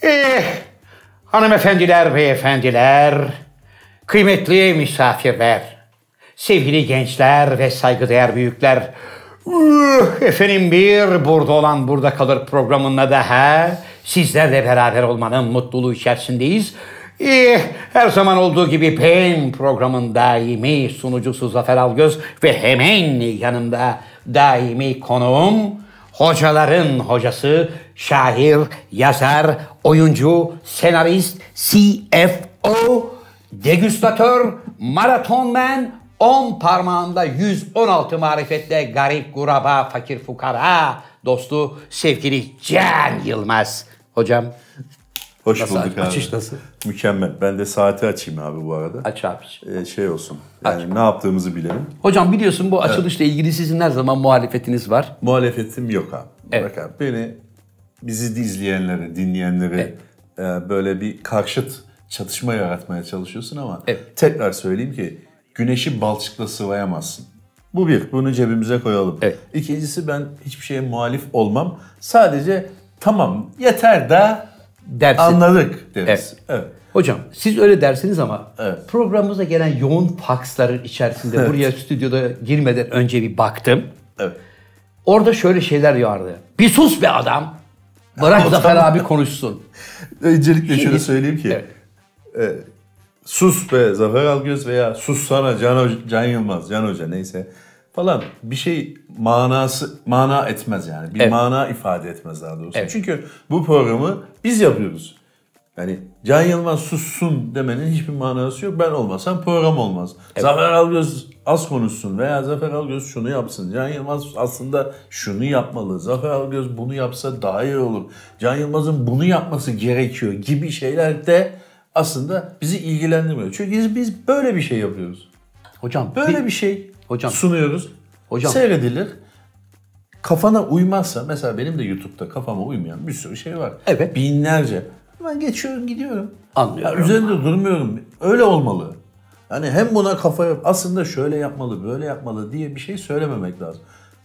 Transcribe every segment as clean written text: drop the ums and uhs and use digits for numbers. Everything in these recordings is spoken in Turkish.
Hanımefendiler, beyefendiler, kıymetli misafirler, sevgili gençler ve saygıdeğer büyükler. Efendim, bir Burada Olan Burada Kalır programında daha sizlerle beraber olmanın mutluluğu içerisindeyiz. Her zaman olduğu gibi ben programın daimi sunucusu Zafer Algöz ve hemen yanımda daimi konuğum, hocaların hocası, şair, yazar, oyuncu, senarist, CFO, degüstatör, maratonmen, 10 parmağında 116 marifetle garip, guraba, fakir, fukara dostu sevgili Can Yılmaz. Hocam. Hoş nasıl, bulduk abi. Açış nasıl? Mükemmel. Ben de saati açayım abi bu arada. Aç abi. Şey olsun. Yani ne yaptığımızı bilelim. Hocam biliyorsun bu açılışla ilgili sizin her zaman muhalefetiniz var. Muhalefetim yok abi. Evet. Bak abi, bizi izleyenleri, dinleyenleri böyle bir karşıt çatışma yaratmaya çalışıyorsun ama tekrar söyleyeyim ki güneşi balçıkla sıvayamazsın. Bu bir. Bunu cebimize koyalım. Evet. İkincisi, ben hiçbir şeye muhalif olmam. Sadece tamam yeter de dersin. Anladık deriz. Evet. Hocam siz öyle dersiniz ama programımıza gelen yoğun faksların içerisinde buraya stüdyoda girmeden önce bir baktım. Evet. Orada şöyle şeyler vardı. Bir sus be adam. Bırak Zafer abi konuşsun. Öncelikle şöyle söyleyeyim ki sus be Zafer Algöz veya sus sana Can Yılmaz, Can Hoca neyse falan bir şey mana etmez yani. Bir mana ifade etmez daha doğrusu. Evet. Çünkü bu programı biz yapıyoruz. Yani Can Yılmaz sussun demenin hiçbir manası yok. Ben olmasam program olmaz. Evet. Zafer Algöz az konuşsun veya Zafer Algöz şunu yapsın. Can Yılmaz aslında şunu yapmalı. Zafer Algöz bunu yapsa daha iyi olur. Can Yılmaz'ın bunu yapması gerekiyor gibi şeyler de aslında bizi ilgilendirmiyor. Çünkü biz böyle bir şey yapıyoruz. Hocam böyle bir şey sunuyoruz. Hocam seyredilir. Kafana uymazsa, mesela benim de YouTube'da kafama uymayan bir sürü şey var. Evet. Binlerce. Ben geçiyorum, gidiyorum. Anlıyorum. Üzerinde durmuyorum. Öyle olmalı. Yani hem buna kafaya aslında şöyle yapmalı, böyle yapmalı diye bir şey söylememek lazım.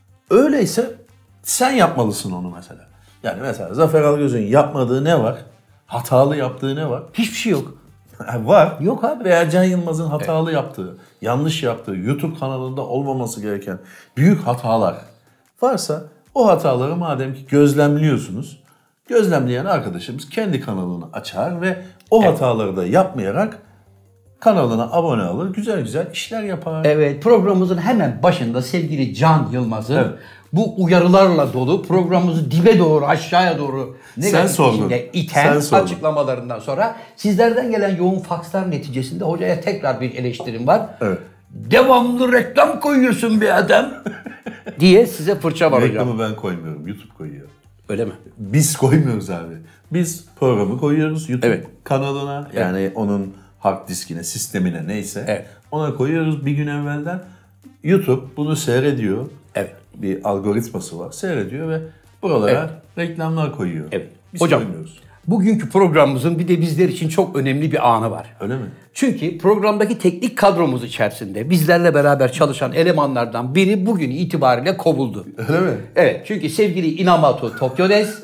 Öyleyse sen yapmalısın onu mesela. Yani mesela Zafer Algöz'ün yapmadığı ne var? Hatalı yaptığı ne var? Hiçbir şey yok. Var. Yok abi. Veya Can Yılmaz'ın hatalı yaptığı, yanlış yaptığı, YouTube kanalında olmaması gereken büyük hatalar varsa o hataları madem ki gözlemliyorsunuz, gözlemleyen arkadaşımız kendi kanalını açar ve o hataları da yapmayarak kanalına abone olur, güzel güzel işler yapar. Evet, programımızın hemen başında sevgili Can Yılmaz'ın bu uyarılarla dolu programımızı dibe doğru, aşağıya doğru negatif içinde iten açıklamalarından sonra sizlerden gelen yoğun fakslar neticesinde hocaya tekrar bir eleştirim var. Evet. Devamlı reklam koyuyorsun bir adam diye size fırça var hocam. Reklamı ben koymuyorum, YouTube koyuyor. Öyle mi? Biz koymuyoruz abi. Biz programı koyuyoruz YouTube kanalına. Yani onun hard diskine, sistemine neyse. Ona koyuyoruz bir gün evvelden. YouTube bunu seyrediyor. Bir algoritması var. Seyrediyor ve buralara reklamlar koyuyor. Biz hocam, koymuyoruz. Bugünkü programımızın bir de bizler için çok önemli bir anı var. Öyle mi? Çünkü programdaki teknik kadromuz içerisinde bizlerle beraber çalışan elemanlardan biri bugün itibariyle kovuldu. Öyle mi? Evet, çünkü sevgili Inamoto Tokyodes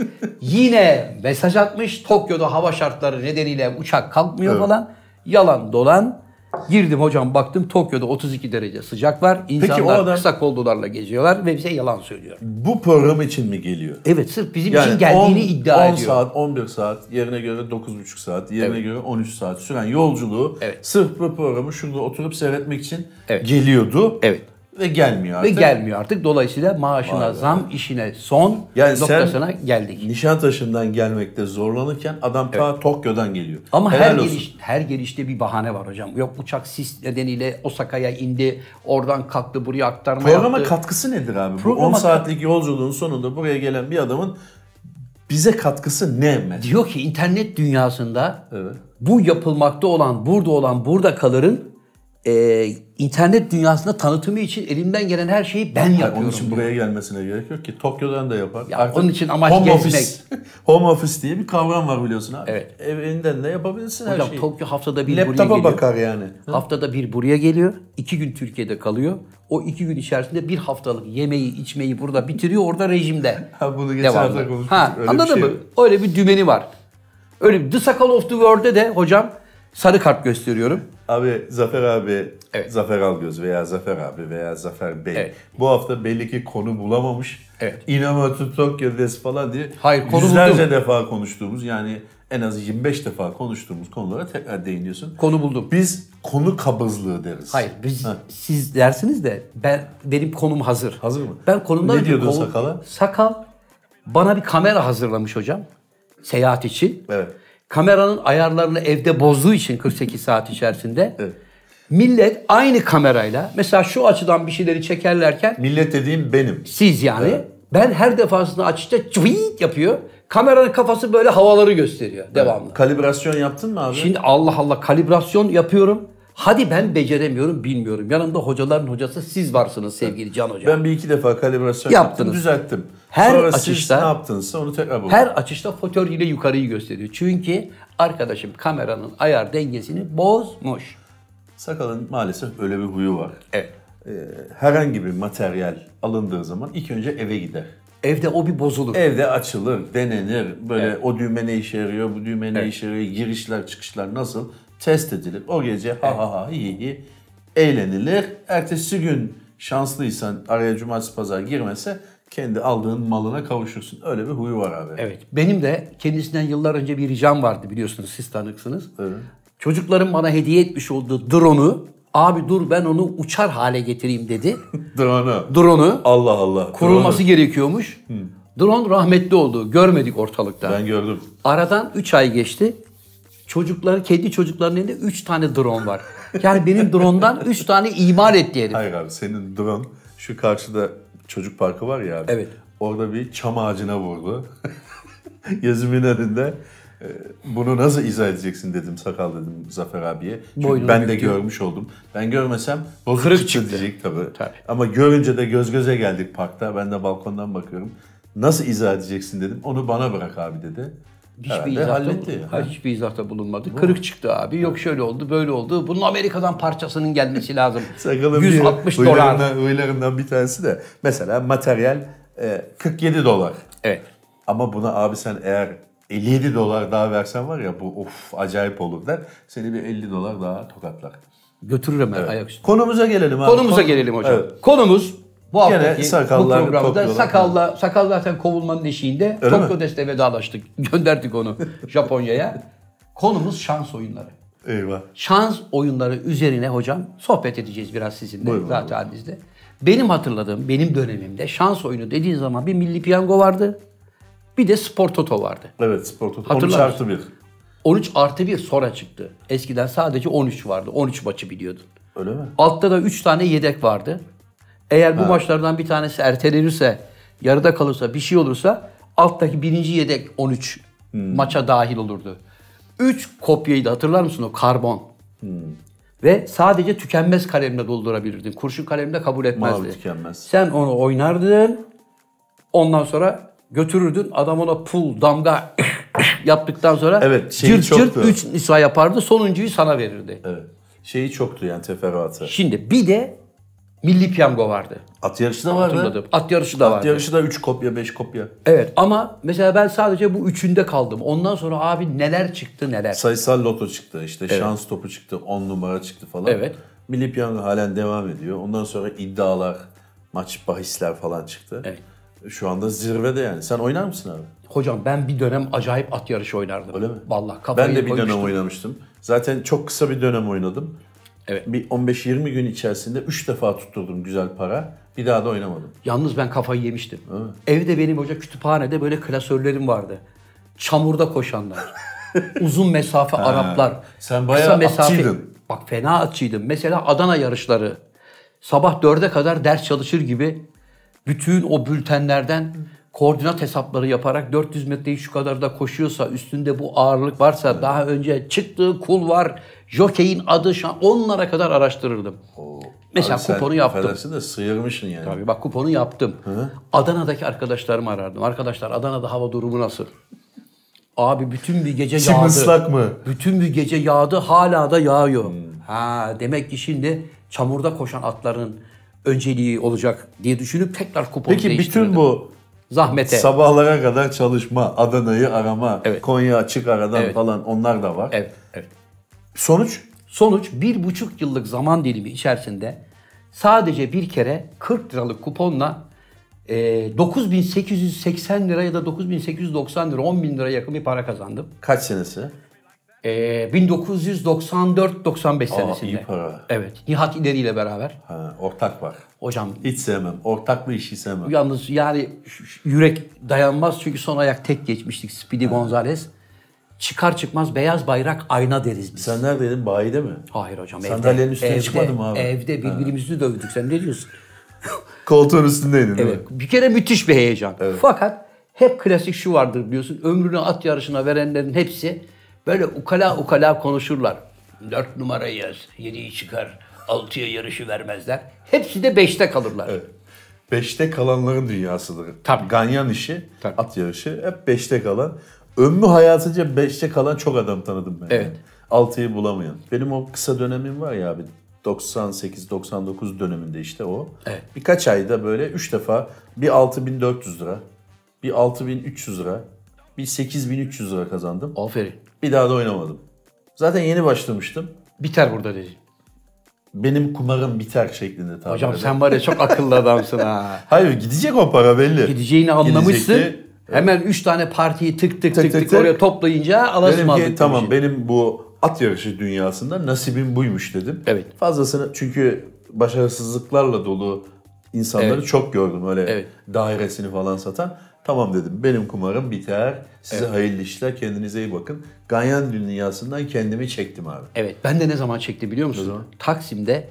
yine mesaj atmış. Tokyo'da hava şartları nedeniyle uçak kalkmıyor falan. Yalan dolan. Girdim hocam, baktım Tokyo'da 32 derece sıcak var. İnsanlar kısa kollularla geziyorlar ve bize yalan söylüyor. Bu program için mi geliyor? Evet, sırf bizim için geldiğini iddia ediyor. 10 saat, 11 saat, yerine göre 9,5 saat, yerine göre 13 saat süren yolculuğu sırf bu programı şurada oturup seyretmek için geliyordu. Ve gelmiyor artık. Dolayısıyla maaşına zam, işine son noktasına geldik. Nişantaşı'ndan gelmekte zorlanırken adam ta Tokyo'dan geliyor. Ama her gelişte bir bahane var hocam. Yok, uçak sis nedeniyle Osaka'ya indi, oradan kalktı, buraya aktarma Programa yaptı. katkısı nedir abi? Bu 10 saatlik yolculuğun sonunda buraya gelen bir adamın bize katkısı ne mesela? Diyor ki internet dünyasında bu yapılmakta olan, burada kalırın internet dünyasında tanıtımı için elimden gelen her şeyi ben yapıyorum. Onun için buraya gelmesine gerek yok ki. Tokyo'dan da yapar. Onun için amaç gezmek. Home office diye bir kavram var biliyorsun abi. Evinden de yapabilirsin hocam, her şeyi. Tokyo haftada bir buraya geliyor. Laptopa bakar yani. Haftada bir buraya geliyor. 2 gün Türkiye'de kalıyor. O 2 gün içerisinde bir haftalık yemeği, içmeyi burada bitiriyor. Orada rejimde. Bunu geçen hafta konuşmuştuk. Anladın mı? Öyle bir dümeni var. Öyle The Sakal of the World'de de hocam sarı kart gösteriyorum. Abi Zafer abi, Evet. Zafer Algöz veya Zafer abi veya Zafer Bey Evet. bu hafta belli ki konu bulamamış. Evet. Inamatu Tokyo Des falan diye Hayır, konu yüzlerce buldum. defa konuştuğumuz, yani en az 25 defa konuştuğumuz konulara tekrar değiniyorsun. Konu buldum. Biz konu kabızlığı deriz. Hayır, siz dersiniz de benim konum hazır. Hazır mı? Ben konumdan Ne önce diyordun Sakal'a? Sakal bana bir kamera hazırlamış hocam. Seyahat için. Evet. Kameranın ayarlarını evde bozduğu için 48 saat içerisinde. Evet. Millet aynı kamerayla mesela şu açıdan bir şeyleri çekerlerken Millet dediğim benim. siz yani Evet. ben her defasında açınca tweet yapıyor. Kameranın kafası böyle havaları gösteriyor devamlı. Kalibrasyon yaptın mı abi? Şimdi Allah Allah kalibrasyon yapıyorum. Hadi ben beceremiyorum, bilmiyorum. Yanımda hocaların hocası siz varsınız sevgili Can Hocam. Ben bir iki defa kalibrasyon Yaptınız. yaptım, düzelttim. Her Sonra açışta- siz ne yaptınızsa onu tekrar buldum. Her açışta fotör ile yukarıyı gösteriyor. Çünkü arkadaşım kameranın ayar dengesini bozmuş. Sakal'ın maalesef öyle bir huyu var. Evet. Herhangi bir materyal alındığı zaman ilk önce eve gider. Evde o bir bozulur. Evde açılır, denenir. Böyle o düğme ne işe yarıyor, bu düğme ne işe yarıyor, girişler çıkışlar nasıl test edilir. O gece ha ha ha hi hi eğlenilir. Ertesi gün şanslıysan araya cumartesi pazar girmese kendi aldığın malına kavuşursun. Öyle bir huyu var abi. Evet. Benim de kendisinden yıllar önce bir ricam vardı biliyorsunuz siz tanıksınız. Evet. Çocukların bana hediye etmiş olduğu drone'u abi dur ben onu uçar hale getireyim dedi. Drone'u Allah Allah. kurulması Drone'u. gerekiyormuş. Drone rahmetli oldu. Görmedik ortalıkta. Ben gördüm. Aradan 3 ay geçti. Kendi çocuklarının elinde 3 tane drone var. Yani benim drone'dan 3 tane imal etti herif. Hayır abi, senin drone şu karşıda çocuk parkı var ya abi. Evet. Orada bir çam ağacına vurdu. Gözümün önünde. Bunu nasıl izah edeceksin dedim Sakal, dedim Zafer abiye. Çünkü Boynunu ben de büktü. görmüş oldum. Ben görmesem bozuk Kırık çıktı çıktı. diyecek tabii. Tabii. Ama görünce de göz göze geldik parkta. Ben de balkondan bakıyorum. Nasıl izah edeceksin dedim. Onu bana bırak abi dedi. Herhalde halletti. Hiçbir izahta bulunmadı. Kırık çıktı abi. Yok şöyle oldu, böyle oldu. Bunun Amerika'dan parçasının gelmesi lazım. Sakalın 160 bir dolar. huylarından bir tanesi de mesela materyal 47 dolar. Evet. Ama buna abi sen eğer 57 dolar daha versen var ya, bu of acayip olur der. Seni bir 50 dolar daha tokatlar. Götürür hemen ayaküstü. Konumuza gelelim abi. Konumuza gelelim hocam. Evet. Konumuz bu Gene haftaki bu sakallar programda Tokyo'da. sakal zaten kovulmanın eşiğinde. Öyle mi? Tokyo Dest'e vedalaştık. Gönderdik onu Japonya'ya. Konumuz şans oyunları. Eyvah. Şans oyunları üzerine hocam sohbet edeceğiz biraz sizinle Buyurun, zaten halinizde. Benim hatırladığım, benim dönemimde şans oyunu dediğin zaman bir milli piyango vardı. Bir de spor toto vardı. Evet, spor toto. Hatırlar 13 artı 1. 13 artı 1 sonra çıktı. Eskiden sadece 13 vardı. 13 maçı biliyordun. Öyle mi? Altta da 3 tane yedek vardı. Eğer bu maçlardan bir tanesi ertelenirse, yarıda kalırsa, bir şey olursa alttaki birinci yedek 13 maça dahil olurdu. 3 kopyayı da hatırlar mısın o karbon? Ve sadece tükenmez kalemle doldurabilirdin. Kurşun kalemle kabul etmezdi. Mavi tükenmez. Sen onu oynardın. Ondan sonra götürürdün. Adam ona pul, damga yaptıktan sonra Evet, şeyi cırt cırt çoktu. 3 nisa yapardı. Sonuncuyu sana verirdi. Evet. Şeyi çoktu yani, teferruatı. Şimdi bir de milli piyango vardı. At yarışı da vardı. Hatırladım. At yarışı da vardı. At yarışı da 3 kopya 5 kopya. Evet ama mesela ben sadece bu üçünde kaldım. Ondan sonra abi neler çıktı neler. Sayısal loto çıktı, işte şans topu çıktı, 10 numara çıktı falan. Evet. Milli piyango halen devam ediyor. Ondan sonra iddialar, maç bahisler falan çıktı. Evet. Şu anda zirvede yani. Sen oynar mısın abi? Hocam ben bir dönem acayip at yarışı oynardım. Öyle mi? Vallahi kafayı Ben de bir koymuştum. dönem oynamıştım. Zaten çok kısa bir dönem oynadım. Evet. Bir 15-20 gün içerisinde 3 defa tutturdum güzel para. Bir daha da oynamadım. Yalnız ben kafayı yemiştim. Evde benim hoca kütüphanede böyle klasörlerim vardı. Çamurda koşanlar. Uzun mesafe Araplar. Sen bayağı kısa atçıydın. Bak fena atçıydım. Mesela Adana yarışları. Sabah 4'e kadar ders çalışır gibi bütün o bültenlerden koordinat hesapları yaparak 400 metreyi şu kadar da koşuyorsa, üstünde bu ağırlık varsa, daha önce çıktığı kul var, jokeyin adı, onlara kadar araştırırdım. Mesela Abi sen kuponu yaptım. affedersin de sıyırmışsın yani. Tabii bak kuponu yaptım. Adana'daki arkadaşlarımı arardım. Arkadaşlar Adana'da hava durumu nasıl? Abi bütün bir gece Çim yağdı. ıslak mı? Bütün bir gece yağdı, hala da yağıyor. Ha demek ki şimdi çamurda koşan atların önceliği olacak diye düşünüp tekrar kuponu Peki değiştirdim. bütün bu zahmete. Sabahlara kadar çalışma, Adana'yı arama, Evet. Konya açık aradan Evet. falan onlar da var. Evet, evet. Sonuç? Sonuç 1,5 yıllık zaman dilimi içerisinde sadece bir kere 40 liralık kuponla 9.880 lira ya da 9.890 lira, 10.000 lira yakın bir para kazandım. Kaç senesi? 1994-95 senesinde. iyi para. Evet. Nihat İleri ile beraber. Ha, ortak var. Hocam Hiç sevmem. Ortaklı işi sevmem. yalnız yani yürek dayanmaz çünkü son ayak tek geçmiştik Speedy Gonzales. Çıkar çıkmaz beyaz bayrak ayna deriz biz. Sen neredeydin? Bayide mi? Hayır hocam Sandalyenin üstüne çıkmadın mı abi? Evde birbirimizi dövdük. Sen ne diyorsun? Koltuğun üstündeydin değil mi? Evet. Bir kere müthiş bir heyecan. Fakat hep klasik şu vardır biliyorsun. Ömrünü at yarışına verenlerin hepsi böyle ukala ukala konuşurlar. 4 numarayı yaz, 7'yi çıkar, 6'ya yarışı vermezler. Hepsi de 5'te kalırlar. Evet. 5'te kalanların dünyasıdır. Tabii. Ganyan işi, Tabii. at yarışı hep 5'te kalan. Ömrü hayatınca 5'te kalan çok adam tanıdım ben. Evet. 6'yı bulamayan. Benim o kısa dönemim var ya abi. 98-99 döneminde işte o. Evet. Birkaç ayda böyle 3 defa bir 6.400 lira, bir 6.300 lira, bir 8.300 lira kazandım. Aferin. Bir daha da oynamadım. Zaten yeni başlamıştım. Biter burada dedi. Benim kumarım biter şeklinde tabir Hocam eder. sen var ya çok akıllı adamsın ha. Hayır gidecek o para belli. Gideceğini anlamışsın. Gidecekti. Hemen 3 tane partiyi tık tık tık tık oraya toplayınca alasım Dedim aldık. ki tamam demişsin. benim bu at yarışı dünyasında nasibim buymuş dedim. Evet. Fazlasını çünkü başarısızlıklarla dolu insanları Evet. çok gördüm öyle Evet. dairesini falan satan. Tamam dedim benim kumarım biter. Size hayırlı işler, kendinize iyi bakın. Ganyan dünyasından kendimi çektim abi. Evet. Ben de ne zaman çektim biliyor musun? zaman? Taksim'de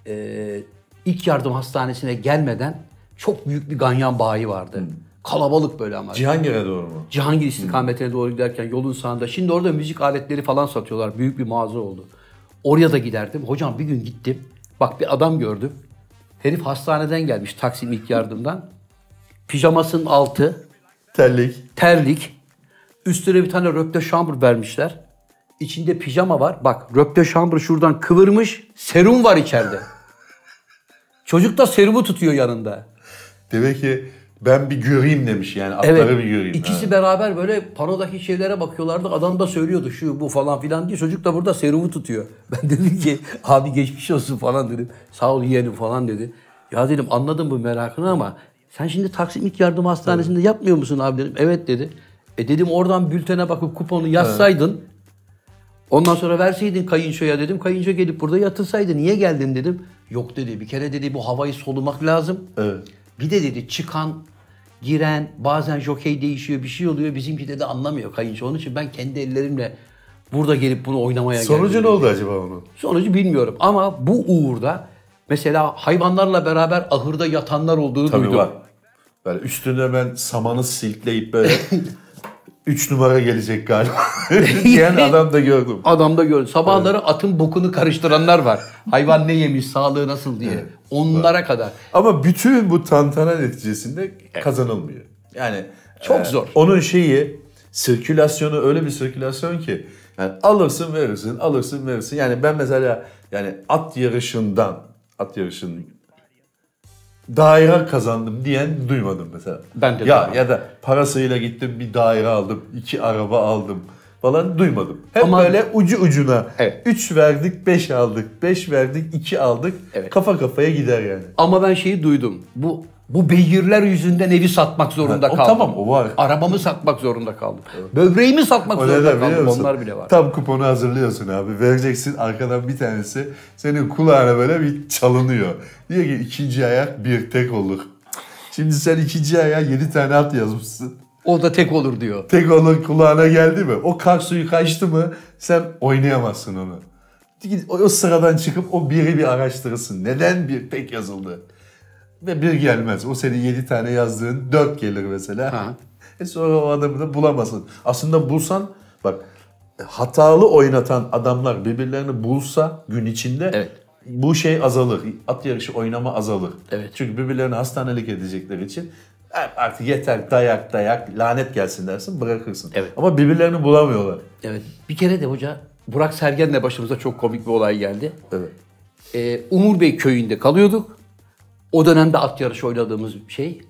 ilk yardım hastanesine gelmeden çok büyük bir ganyan bayi vardı. Kalabalık böyle ama. Cihangir'e doğru mu? Cihangir istikametine doğru giderken yolun sağında. Şimdi orada müzik aletleri falan satıyorlar. Büyük bir mağaza oldu. Oraya da giderdim. Hocam bir gün gittim. Bak bir adam gördüm. Herif hastaneden gelmiş Taksim ilk yardımdan. Pijamasının altı, Terlik. terlik. Üstüne bir tane röpte şambur vermişler. İçinde pijama var. Bak röpte şambur şuradan kıvırmış. Serum var içeride. Çocuk da serumu tutuyor yanında. Demek ki ben bir göreyim demiş yani atları bir göreyim. İkisi beraber böyle panodaki şeylere bakıyorlardı. Adam da söylüyordu şu bu falan filan diye. Çocuk da burada serumu tutuyor. Ben dedim ki abi geçmiş olsun falan dedim. Sağ ol yeğenim falan dedi. Ya dedim anladım bu merakını ama sen şimdi Taksim İlk Yardım Hastanesi'nde yapmıyor musun abi dedim. Evet dedi. Dedim oradan bültene bakıp kuponu yazsaydın. Ondan sonra verseydin kayınçoya dedim. Kayınço gelip burada yatırsaydı. Niye geldin dedim. Yok dedi bir kere dedi bu havayı solumak lazım. Evet. Bir de dedi çıkan, giren, bazen jokey değişiyor, bir şey oluyor. Bizimki dedi anlamıyor kayınço. Onun için ben kendi ellerimle burada gelip bunu oynamaya geldim. Sonucu ne oldu acaba onun? Sonucu bilmiyorum ama bu uğurda mesela hayvanlarla beraber ahırda yatanlar olduğunu Tabii duydum. var. Böyle üstüne ben samanı silkleyip böyle 3 numara gelecek galiba diyen adam da gördüm. Adamda gördüm. Sabahları atın bokunu karıştıranlar var. Hayvan ne yemiş, sağlığı nasıl diye. Onlara kadar. Ama bütün bu tantana neticesinde kazanılmıyor. Yani Çok zor. Onun sirkülasyonu öyle bir sirkülasyon ki yani alırsın verirsin, alırsın verirsin. Yani ben mesela yani at yarışının daire kazandım diyen duymadım mesela. Ben de ya duymadım. ya da parasıyla gittim bir daire aldım, 2 araba aldım falan duymadım. Hep Ama- böyle ucu ucuna. Evet. 3 verdik, 5 aldık. 5 verdik, 2 aldık. Evet. Kafa kafaya gider yani. Ama ben şeyi duydum. Bu beygirler yüzünden evi satmak zorunda O kaldım. tamam, o var. Arabamı satmak zorunda kaldım. Böbreğimi satmak O zorunda neden biliyor kaldım. musun? Onlar bile var. Tam kuponu hazırlıyorsun abi. Vereceksin arkadan bir tanesi senin kulağına böyle bir çalınıyor. Diyor ki ikinci ayak bir tek olur. Şimdi sen ikinci ayağa 7 tane at yazmışsın. O da tek olur diyor. Tek onun kulağına geldi mi? O kar suyu kaçtı mı sen oynayamazsın onu. O sıradan çıkıp o biri bir araştırırsın. Neden bir tek yazıldı? Ve bir gelmez. O senin 7 tane yazdığın 4 gelir mesela. Ha. Sonra o adamı da bulamazsın. Aslında bulsan bak hatalı oynatan adamlar birbirlerini bulsa gün içinde Evet. bu şey azalır. At yarışı oynama azalır. Evet. Çünkü birbirlerini hastanelik edecekleri için artık yeter dayak lanet gelsin dersin bırakırsın. Evet. Ama birbirlerini bulamıyorlar. Evet. Bir kere de hoca Burak Sergen'le başımıza çok komik bir olay geldi. Evet. Umur Bey köyünde kalıyorduk. O dönemde at yarışı oynadığımız şey.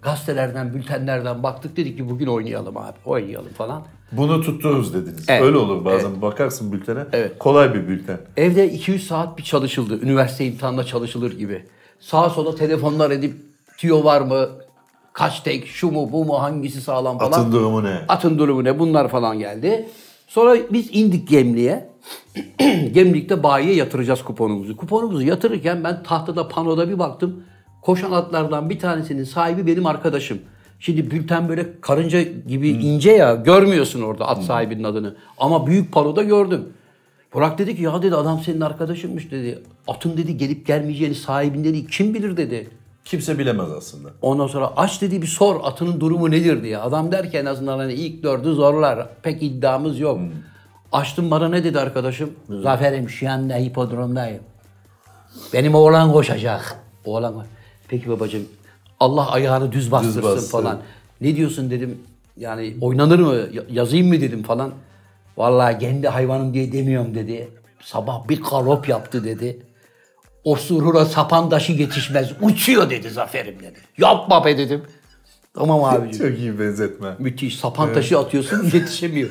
Gazetelerden, bültenlerden baktık, dedik ki bugün oynayalım abi. Oynayalım falan. Bunu tuttururuz dediniz. Evet. Öyle olur bazen, bakarsın bültene. Evet. Kolay bir bülten. Evde 2-3 saat bir çalışıldı. Üniversite imtihanına çalışılır gibi. Sağa sola telefonlar edip tüyo var mı? Kaç tek, şu mu bu mu, hangisi sağlam falan. Atın durumu ne? Atın durumu ne? Bunlar falan geldi. Sonra biz indik Gemlik'e. Gemlik'te bayiye yatıracağız kuponumuzu. Kuponumuzu yatırırken ben tahtada, panoda bir baktım. Koşan atlardan bir tanesinin sahibi benim arkadaşım. Şimdi bülten böyle karınca gibi ince ya, görmüyorsun orada at sahibinin adını. Ama büyük panoda gördüm. Burak dedi ki ya dedi, adam senin arkadaşınmış dedi. Atın dedi gelip gelmeyeceğini sahibin dedi kim bilir dedi. Kimse bilemez aslında. Ondan sonra aç dedi bir sor atının durumu nedir diye. Adam der ki en azından hani ilk 4'ü zorlar. Pek iddiamız yok. Açtım, bana ne dedi arkadaşım? Zafer'im şu anda hipodromdayım. Benim oğlan koşacak. Oğlan. Peki babacığım, Allah ayağını düz bastırsın falan. Ne diyorsun dedim. Yani oynanır mı? Yazayım mı dedim falan. Vallahi kendi hayvanım diye demiyorum dedi. Sabah bir galop yaptı dedi. O surura sapan taşı yetişmez. Uçuyor dedi Zafer'im dedi. Yapma be dedim. Tamam abiciğim. Çok iyi benzetme. Müthiş. Sapan taşı atıyorsun yetişemiyor.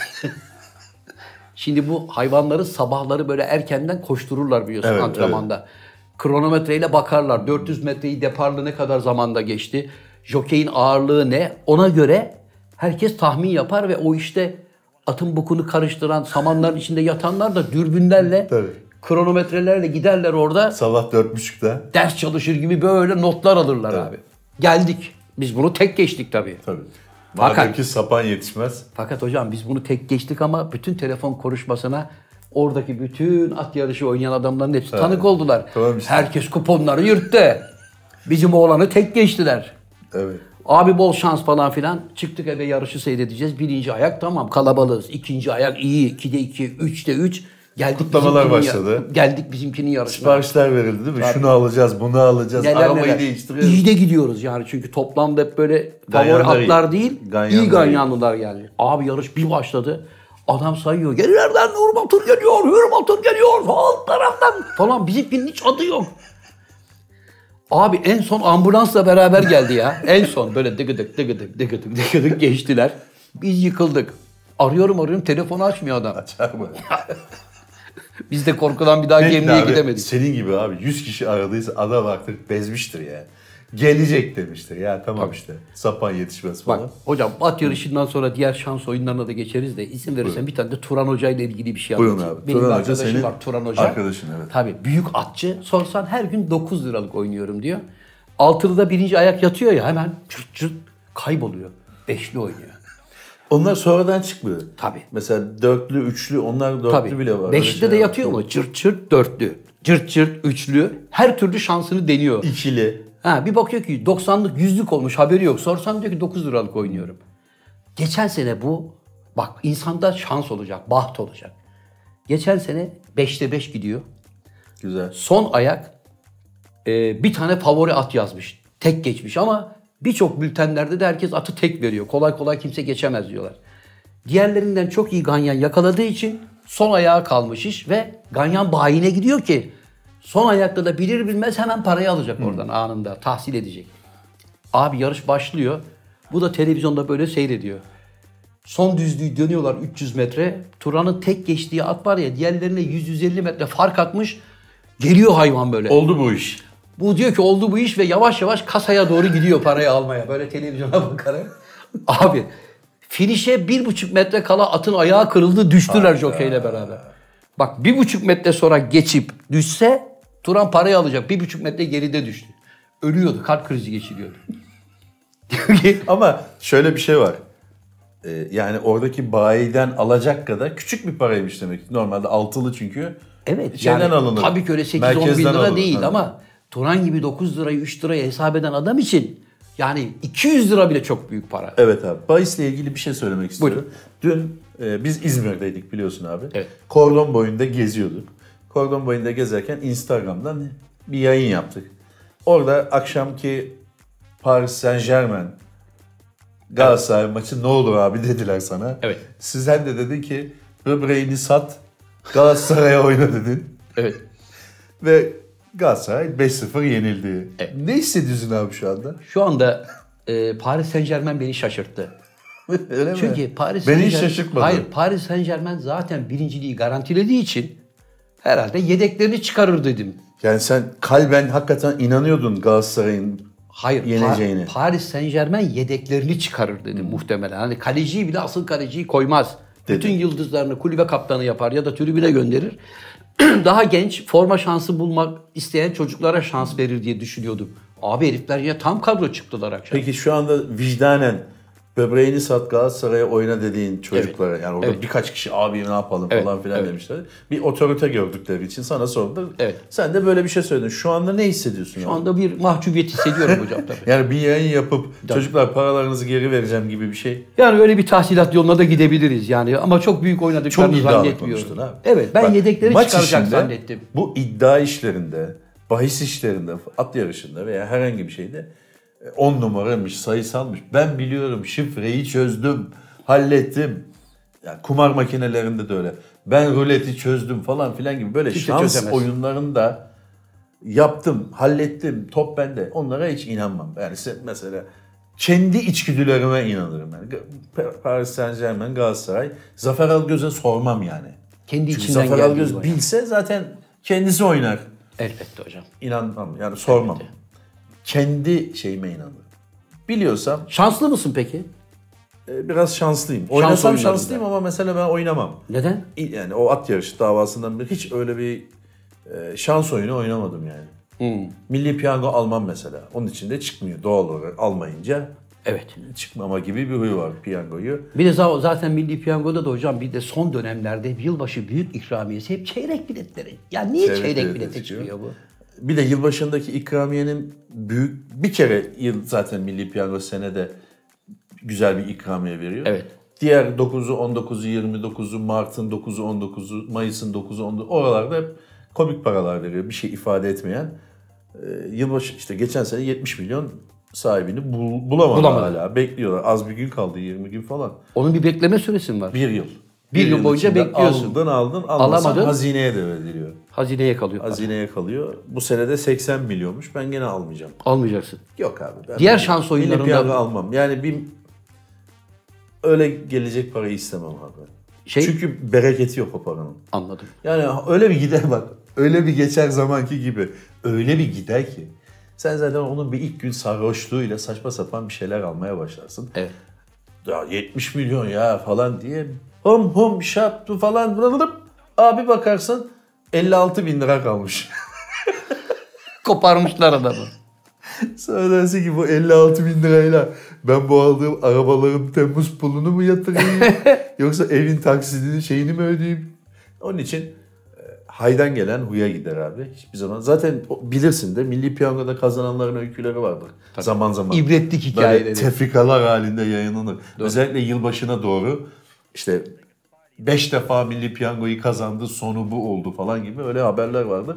Şimdi bu hayvanları sabahları böyle erkenden koştururlar biliyorsun antrenmanda. Evet. Kronometreyle bakarlar. 400 metreyi deparlı ne kadar zamanda geçti. Jokeyin ağırlığı ne? Ona göre herkes tahmin yapar ve o işte atın bokunu karıştıran, samanların içinde yatanlar da dürbünlerle, kronometrelerle giderler orada. Sabah 4.30'da. Ders çalışır gibi böyle notlar alırlar abi. Geldik. Biz bunu tek geçtik tabii. Madem ki sapan yetişmez. Fakat hocam biz bunu tek geçtik ama bütün telefon konuşmasına oradaki bütün at yarışı oynayan adamların hepsi tanık oldular. Tamam işte. Herkes kuponları yırttı. Bizim oğlanı tek geçtiler. Evet. Abi bol şans falan filan. Çıktık eve, yarışı seyredeceğiz. Birinci ayak tamam, kalabalığız. İkinci ayak iyi. 2'de 2, 3'te 3. Geldik, kutlamalar başladı. Geldik bizimkinin yarışına. Siparişler verildi değil mi? Şunu alacağız, bunu alacağız. Arabayı değiştiriyoruz. İyi de gidiyoruz yani, çünkü toplamda hep böyle favori atlar değil. İyi ganyanlılar geldi. Abi yarış bir başladı. Adam sayıyor. Gerilerden Hürmatür geliyor, Hürmatür geliyor. Alt taraftan falan. Bizimkinin hiç adı yok. Abi en son ambulansla beraber geldi ya. En son böyle dıgıdık geçtiler. Biz yıkıldık. Arıyorum telefonu açmıyor adam. Açar mı? Biz de korkudan bir daha Gemlik'e gidemedik. Senin gibi abi 100 kişi aradıysa adam artık bezmiştir yani. Gelecek demiştir ya, tamam işte. Sapan yetişmez falan. Bak hocam, at yarışından sonra diğer şans oyunlarına da geçeriz de izin verirsen bir tane de Turan Hoca ile ilgili bir şey anlatayım. Buyurun abi. Benim Turan bir Hoca arkadaşım senin var, Turan Hoca. arkadaşın, evet. Tabii büyük atçı. Sorsan her gün 9 liralık oynuyorum diyor. Altılıda birinci ayak yatıyor ya, hemen çırt çırt kayboluyor. Beşli oynuyor. Onlar sonradan çıkmıyor. Tabii. Mesela dörtlü, üçlü, onlar dörtlü bile var. Beşli de yatıyor mu? Çırt çırt dörtlü. Cırt cırt üçlü. Her türlü şansını deniyor. İkili. Bir bakıyor ki 90'lık 100'lük olmuş, haberi yok. Sorsan diyor ki 9 liralık oynuyorum. Geçen sene bu, bak insanda şans olacak, baht olacak. Geçen sene 5'te 5 gidiyor. Güzel. Son ayak bir tane favori at yazmış. Tek geçmiş ama birçok bültenlerde de herkes atı tek veriyor. Kolay kolay kimse geçemez diyorlar. Diğerlerinden çok iyi ganyan yakaladığı için son ayağa kalmış iş ve ganyan bayine gidiyor ki son ayakta da bilir bilmez hemen parayı alacak oradan anında, tahsil edecek. Abi yarış başlıyor. Bu da televizyonda böyle seyrediyor. Son düzlüğü dönüyorlar 300 metre. Turan'ın tek geçtiği at var ya, diğerlerine 100-150 metre fark atmış. Geliyor hayvan böyle. Oldu bu iş. Bu diyor ki oldu bu iş ve yavaş yavaş kasaya doğru gidiyor parayı almaya. Böyle televizyona bakarak. Abi finişe 1,5 metre kala atın ayağı kırıldı, düştüler jokeyle beraber. Bak 1,5 metre sonra geçip düşse Turan parayı alacak. 1,5 metre geride düştü. Ölüyordu, kalp krizi geçiriyordu. Ama şöyle bir şey var. Yani oradaki bayiden alacak kadar küçük bir paraymış demek. Normalde altılı çünkü. Evet. Şeyden yani, alınır. tabii ki öyle 8-10 bin lira değil ama Turan gibi 9 lirayı 3 liraya hesap eden adam için yani 200 lira bile çok büyük para. Evet abi. Bahisle ilgili bir şey söylemek istiyorum. Buyurun. Dün biz İzmir'deydik biliyorsun abi. Evet. Kordon boyunda geziyorduk. Kordon boyunda gezerken Instagram'dan bir yayın yaptık. Orada akşamki Paris Saint-Germain Galatasaray maçı ne olur abi dediler sana. Evet. Sizden de dedin ki böbreğini sat, Galatasaray'a oyna dedin. Evet. Ve Galatasaray 5-0 yenildi. Evet. Ne hissediyorsun abi şu anda? Şu anda Paris Saint-Germain beni şaşırttı. Öyle mi? Çünkü Paris Beni hiç Saint-Germain, şaşırtmadı. hayır, Paris Saint-Germain zaten birinciliği garantilediği için herhalde yedeklerini çıkarır dedim. Yani sen kalben hakikaten inanıyordun Galatasaray'ın Hayır, yeneceğine. Paris Saint-Germain yedeklerini çıkarır dedim muhtemelen. Hani kaleciyi bile, asıl kaleciyi koymaz. Dedim. Bütün yıldızlarını kulübe kaptanı yapar ya da tribüne gönderir. Daha genç, forma şansı bulmak isteyen çocuklara şans verir diye düşünüyordum. Abi herifler ya tam kadro çıktılar akşam. Peki şu anda vicdanen böbreğini sat Galatasaray'a oyna dediğin çocuklara, yani orada birkaç kişi abi ne yapalım falan filan demişler. Bir otorite gördükleri için sana sordular. Evet. Sen de böyle bir şey söyledin. Şu anda ne hissediyorsun? Şu anda bir mahcubiyet hissediyorum hocam tabii. Yani bir yayın yapıp çocuklar paralarınızı geri vereceğim gibi bir şey. Yani öyle bir tahsilat yoluna da gidebiliriz yani, ama çok büyük oynadıklarını Çok iddialı zannetmiyorum. konuştun abi. Evet, ben Bak, yedekleri maç çıkaracak işinde, zannettim. bu iddia işlerinde, bahis işlerinde, at yarışında veya herhangi bir şeyde 10 numaramış, sayısalmış. Ben biliyorum, şifreyi çözdüm, hallettim. Yani kumar makinelerinde de öyle. Ben ruleti çözdüm falan filan gibi böyle Kimse şans çözemez. oyunlarında yaptım, hallettim, top bende. Onlara hiç inanmam. Yani mesela kendi içgüdülerime inanırım. Yani Paris Saint-Germain, Galatasaray, Zafer Algöz'e sormam yani. Kendi Çünkü içinden Zafer geldiği Algöz hocam. bilse zaten kendisi oynar. Elbette hocam. İnanmam, yani sormam. Elbette. Kendi şeyime inanırım. Biliyorsam Şanslı mısın peki? biraz şanslıyım. Oynasam oyunlarında. şanslıyım ama mesela ben oynamam. Neden? Yani o at yarışı davasından beri hiç öyle bir şans oyunu oynamadım yani. Milli piyango almam mesela. Onun için de çıkmıyor doğal olarak, almayınca Evet. çıkmama gibi bir huy var piyangoyu. Bir de zaten Milli Piyango'da da hocam, bir de son dönemlerde yılbaşı büyük ikramiyesi hep çeyrek biletleri. Ya niye çeyrek bilete bilete çıkıyor bu? Bir de yılbaşındaki ikramiyenin bir kere zaten Milli Piyango senede güzel bir ikramiye veriyor. Evet. Diğer 9'u, 19'u, 29'u, Mart'ın 9'u, 19'u, Mayıs'ın 9'u, 10'u oralarda hep komik paralar veriyor. Bir şey ifade etmeyen. Yılbaşı işte geçen sene 70 milyon sahibini bulamadı hala. Bekliyorlar. Az bir gün kaldı, 20 gün falan. Onun bir bekleme süresi mi var? Bir yıl. Bir yıl boyunca içinde bekliyorsun. Aldın, almazsan Alamadın. hazineye devrediliyor. Hazineye kalıyor. Hazineye kalıyor. Bu senede 80 milyonmuş. Ben gene almayacağım. Almayacaksın. Yok abi. Ben Diğer şans oyunlarında- Milli piyango almam. Yani öyle gelecek parayı istemem abi. Çünkü bereketi yok o paranın. Anladım. Yani öyle bir gider bak. Öyle bir geçer zamanki gibi. Öyle bir gider ki. Sen zaten onun bir ilk gün sarhoşluğuyla saçma sapan bir şeyler almaya başlarsın. Evet. Ya 70 milyon ya falan diye hum şap falan bırakıp abi bakarsın 56 bin lira kalmış. Koparmışlar adamı. Sonra dersin ki bu 56 bin lirayla ben bu aldığım arabaların Temmuz pulunu mu yatırayım yoksa evin taksidini şeyini mi ödeyeyim? Onun için haydan gelen huya gider abi. Hiçbir zaman. Zaten bilirsin de Milli Piyango'da kazananların öyküleri vardır. Tabii. Zaman zaman. İbretlik hikayeleri. Böyle tefrikalar halinde yayınlanır. Doğru. Özellikle yılbaşına doğru işte 5 defa Milli Piyango'yu kazandı, sonu bu oldu falan gibi öyle haberler vardır.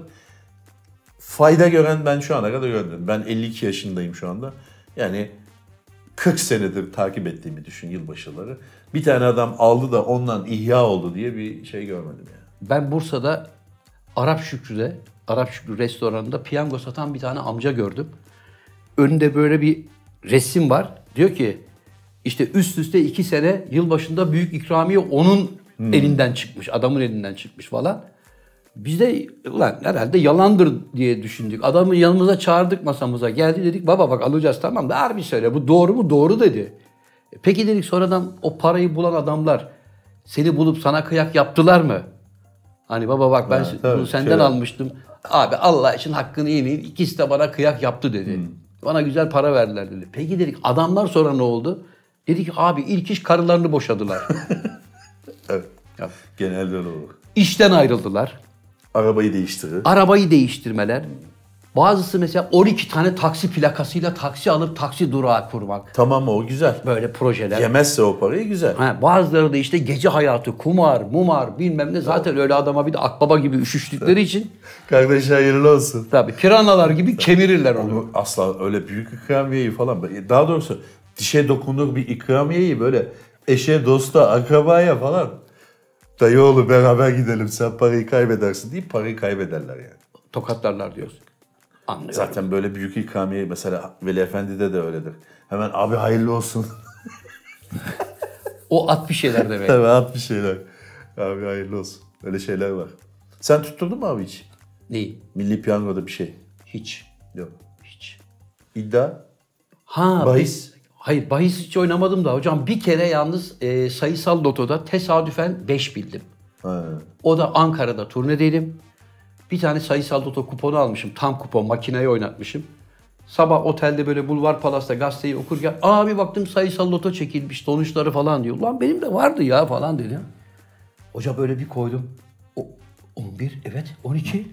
Fayda gören ben şu ana kadar görmedim. Ben 52 yaşındayım şu anda. Yani 40 senedir takip ettiğimi düşün yılbaşıları. Bir tane adam aldı da ondan ihya oldu diye bir şey görmedim yani. Ben Bursa'da Arap Şükrü restoranında piyango satan bir tane amca gördüm. Önünde böyle bir resim var. Diyor ki işte üst üste 2 sene yılbaşında büyük ikramiye onun elinden çıkmış. Adamın elinden çıkmış falan. Biz de ulan herhalde yalandır diye düşündük. Adamı yanımıza çağırdık, masamıza geldi, dedik baba bak alacağız tamam da harbi söyle bu doğru mu? Doğru dedi. Peki dedik sonradan o parayı bulan adamlar seni bulup sana kıyak yaptılar mı? Hani baba bak ben bunu senden almıştım. Abi Allah için hakkını yemeyin. İkisi de bana kıyak yaptı dedi. Bana güzel para verdiler dedi. Peki dedik adamlar sonra ne oldu? Dedik abi ilk iş karılarını boşadılar. Evet. Genelde öyle olur. İşten ayrıldılar. Arabayı değiştirir. Arabayı değiştirmeler. Bazısı mesela 12 tane taksi plakasıyla taksi alıp taksi durağı kurmak. Tamam o güzel. Böyle projeler. Yemezse o parayı güzel. Bazıları da işte gece hayatı, kumar bilmem ne. Zaten öyle adama bir de akbaba gibi üşüştükleri için. Kardeş hayırlı olsun. Tabii piranalar gibi kemirirler onu. Asla öyle büyük ikramiyeyi falan. Daha doğrusu dişe dokunur bir ikramiyeyi böyle eşe, dosta, akrabaya falan. Dayı oğlu beraber gidelim sen parayı kaybedersin deyip parayı kaybederler yani. Tokatlarlar diyorsun. Anlıyorum. Zaten böyle büyük ikramiye mesela Veli Efendi'de de öyledir. Hemen abi hayırlı olsun. O at bir şeyler demek. Hemen at bir şeyler. Abi hayırlı olsun. Öyle şeyler var. Sen tutturdun mu abi hiç? Neyi? Milli Piyango'da bir şey. Hiç. Yok. Hiç. İddia? Ha, Bahis? Hayır, bahis hiç oynamadım da hocam. Bir kere yalnız sayısal lotoda tesadüfen 5 bildim. Ha. O da Ankara'da turnedeydim. Bir tane sayısal loto kuponu almışım. Tam kupon, makineyi oynatmışım. Sabah otelde böyle Bulvar Palas'ta gazeteyi okurken bir baktım sayısal loto çekilmiş, sonuçları falan diyor. Ulan benim de vardı ya falan dedim. Hoca böyle bir koydum. 11, evet, 12,